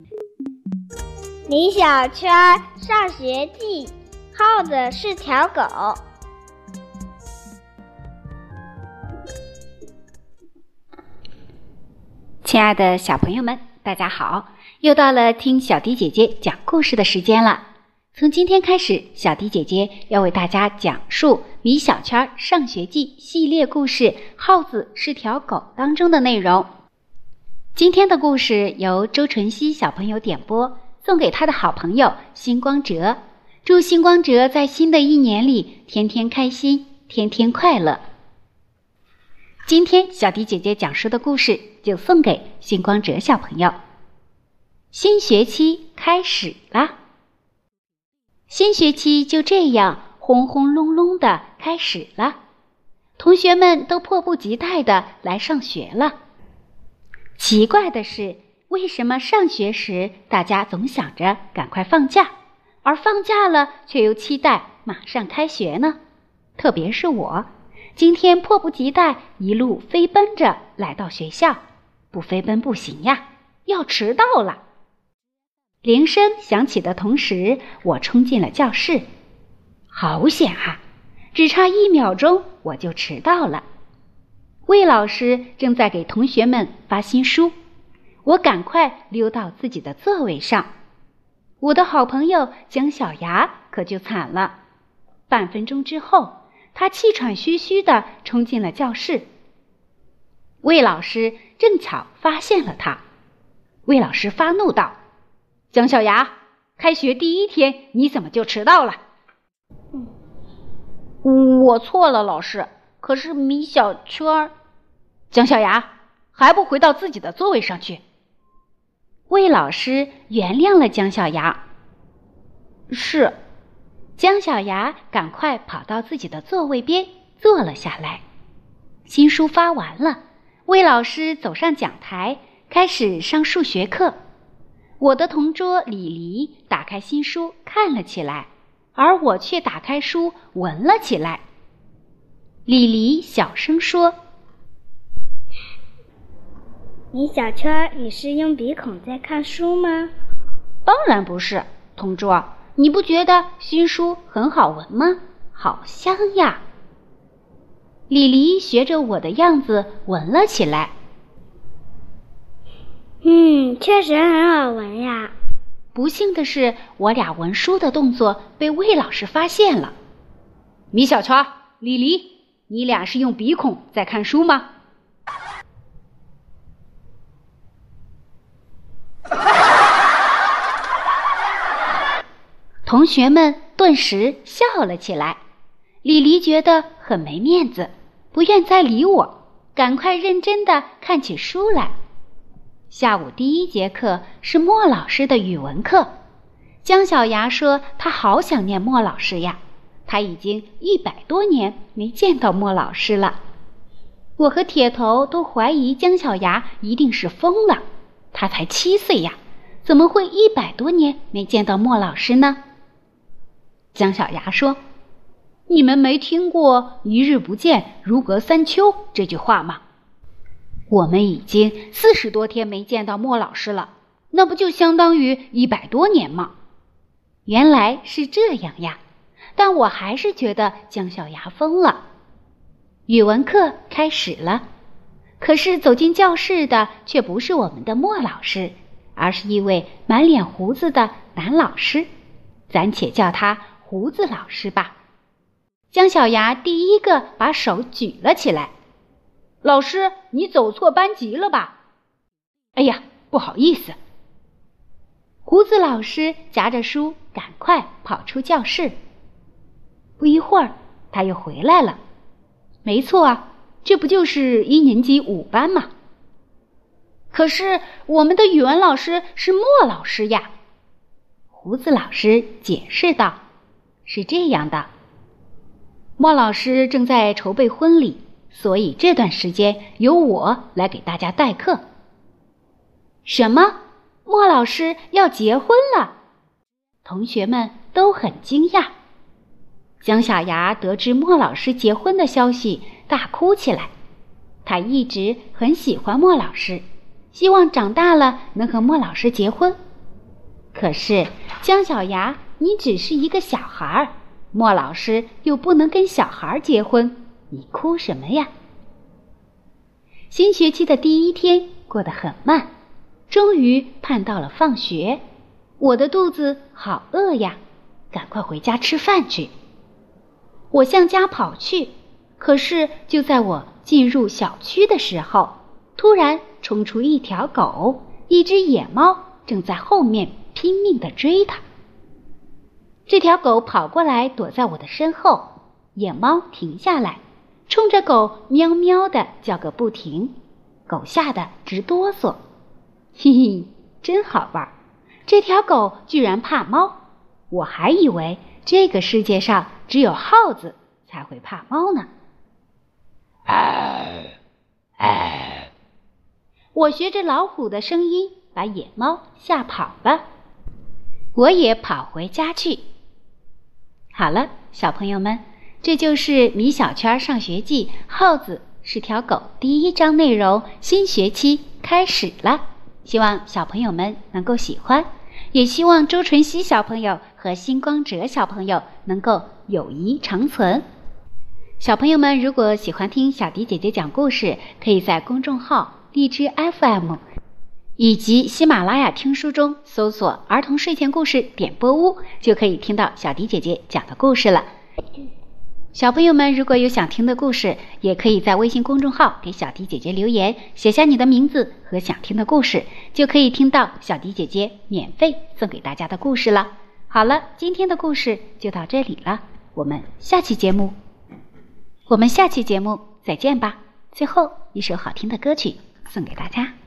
米小圈上学记，耗子是条狗。 亲爱的小朋友们，大家好，又到了听小迪姐姐讲故事的时间了。从今天开始，小迪姐姐要为大家讲述《米小圈上学记》系列故事《耗子是条狗》当中的内容。今天的故事由周纯熙小朋友点播，送给他的好朋友星光哲。祝星光哲在新的一年里天天开心，天天快乐。今天小迪姐姐讲述的故事就送给星光哲小朋友。新学期开始啦！新学期就这样轰轰隆隆地开始了，同学们都迫不及待地来上学了。奇怪的是，为什么上学时大家总想着赶快放假，而放假了却又期待马上开学呢？特别是我，今天迫不及待一路飞奔着来到学校，不飞奔不行呀，要迟到了。铃声响起的同时，我冲进了教室。好险啊，只差1秒钟我就迟到了。魏老师正在给同学们发新书，我赶快溜到自己的座位上。我的好朋友姜小牙可就惨了，半分钟之后，他气喘吁吁地冲进了教室。魏老师正巧发现了他，魏老师发怒道：姜小牙，开学第1天你怎么就迟到了？ 我错了，老师。可是米小圈…… 姜小牙，还不回到自己的座位上去？魏老师原谅了姜小牙。 是。 姜小牙赶快跑到自己的座位边坐了下来。新书发完了，魏老师走上讲台，开始上数学课。我的同桌李黎打开新书看了起来，而我却打开书闻了起来。李黎小声说： 米小圈，你是用鼻孔在看书吗？ 当然不是，同桌，你不觉得新书很好闻吗？好香呀！李黎学着我的样子闻了起来。 确实很好闻呀。 不幸的是，我俩闻书的动作被魏老师发现了。米小圈，李黎，你俩是用鼻孔在看书吗？同学们顿时笑了起来。李黎觉得很没面子，不愿再理我，赶快认真地看起书来。下午第1节课是莫老师的语文课。姜小牙说他好想念莫老师呀，他已经100多年没见到莫老师了。我和铁头都怀疑姜小牙一定是疯了，他才7岁呀，怎么会100多年没见到莫老师呢？姜小牙说：你们没听过一日不见如隔3秋这句话吗？我们已经40多天没见到莫老师了，那不就相当于100多年吗？原来是这样呀，但我还是觉得姜小牙疯了。语文课开始了，可是走进教室的却不是我们的莫老师，而是一位满脸胡子的男老师，暂且叫他胡子老师吧。姜小牙第一个把手举了起来：老师，你走错班级了吧？哎呀，不好意思。胡子老师夹着书赶快跑出教室。不一会儿他又回来了。没错啊，这不就是1年级5班吗？可是我们的语文老师是莫老师呀。胡子老师解释道：是这样的，莫老师正在筹备婚礼，所以这段时间由我来给大家代课。什么？莫老师要结婚了？同学们都很惊讶。姜小牙得知莫老师结婚的消息，大哭起来。他一直很喜欢莫老师，希望长大了能和莫老师结婚， 可是姜小牙，你只是一个小孩儿，莫老师又不能跟小孩结婚，你哭什么呀？新学期的第一天过得很慢，终于盼到了放学。我的肚子好饿呀，赶快回家吃饭去。我向家跑去，可是就在我进入小区的时候，突然冲出一条狗，一只野猫正在后面拼命地追它。这条狗跑过来躲在我的身后，野猫停下来，冲着狗喵喵地叫个不停，狗吓得直哆嗦。嘿嘿，真好玩，这条狗居然怕猫，我还以为这个世界上只有耗子才会怕猫呢。我学着老虎的声音把野猫吓跑了，我也跑回家去。好了，小朋友们，这就是米小圈上学记耗子是条狗第一章内容，新学期开始了，希望小朋友们能够喜欢，也希望周晨曦小朋友和星光哲小朋友能够友谊长存。小朋友们如果喜欢听小迪姐姐讲故事，可以在公众号荔枝 FM 以及喜马拉雅听书中搜索儿童睡前故事点播屋，就可以听到小迪姐姐讲的故事了。小朋友们如果有想听的故事，也可以在微信公众号给小迪姐姐留言，写下你的名字和想听的故事，就可以听到小迪姐姐免费送给大家的故事了。好了，今天的故事就到这里了，我们下期节目再见吧。最后一首好听的歌曲送给大家。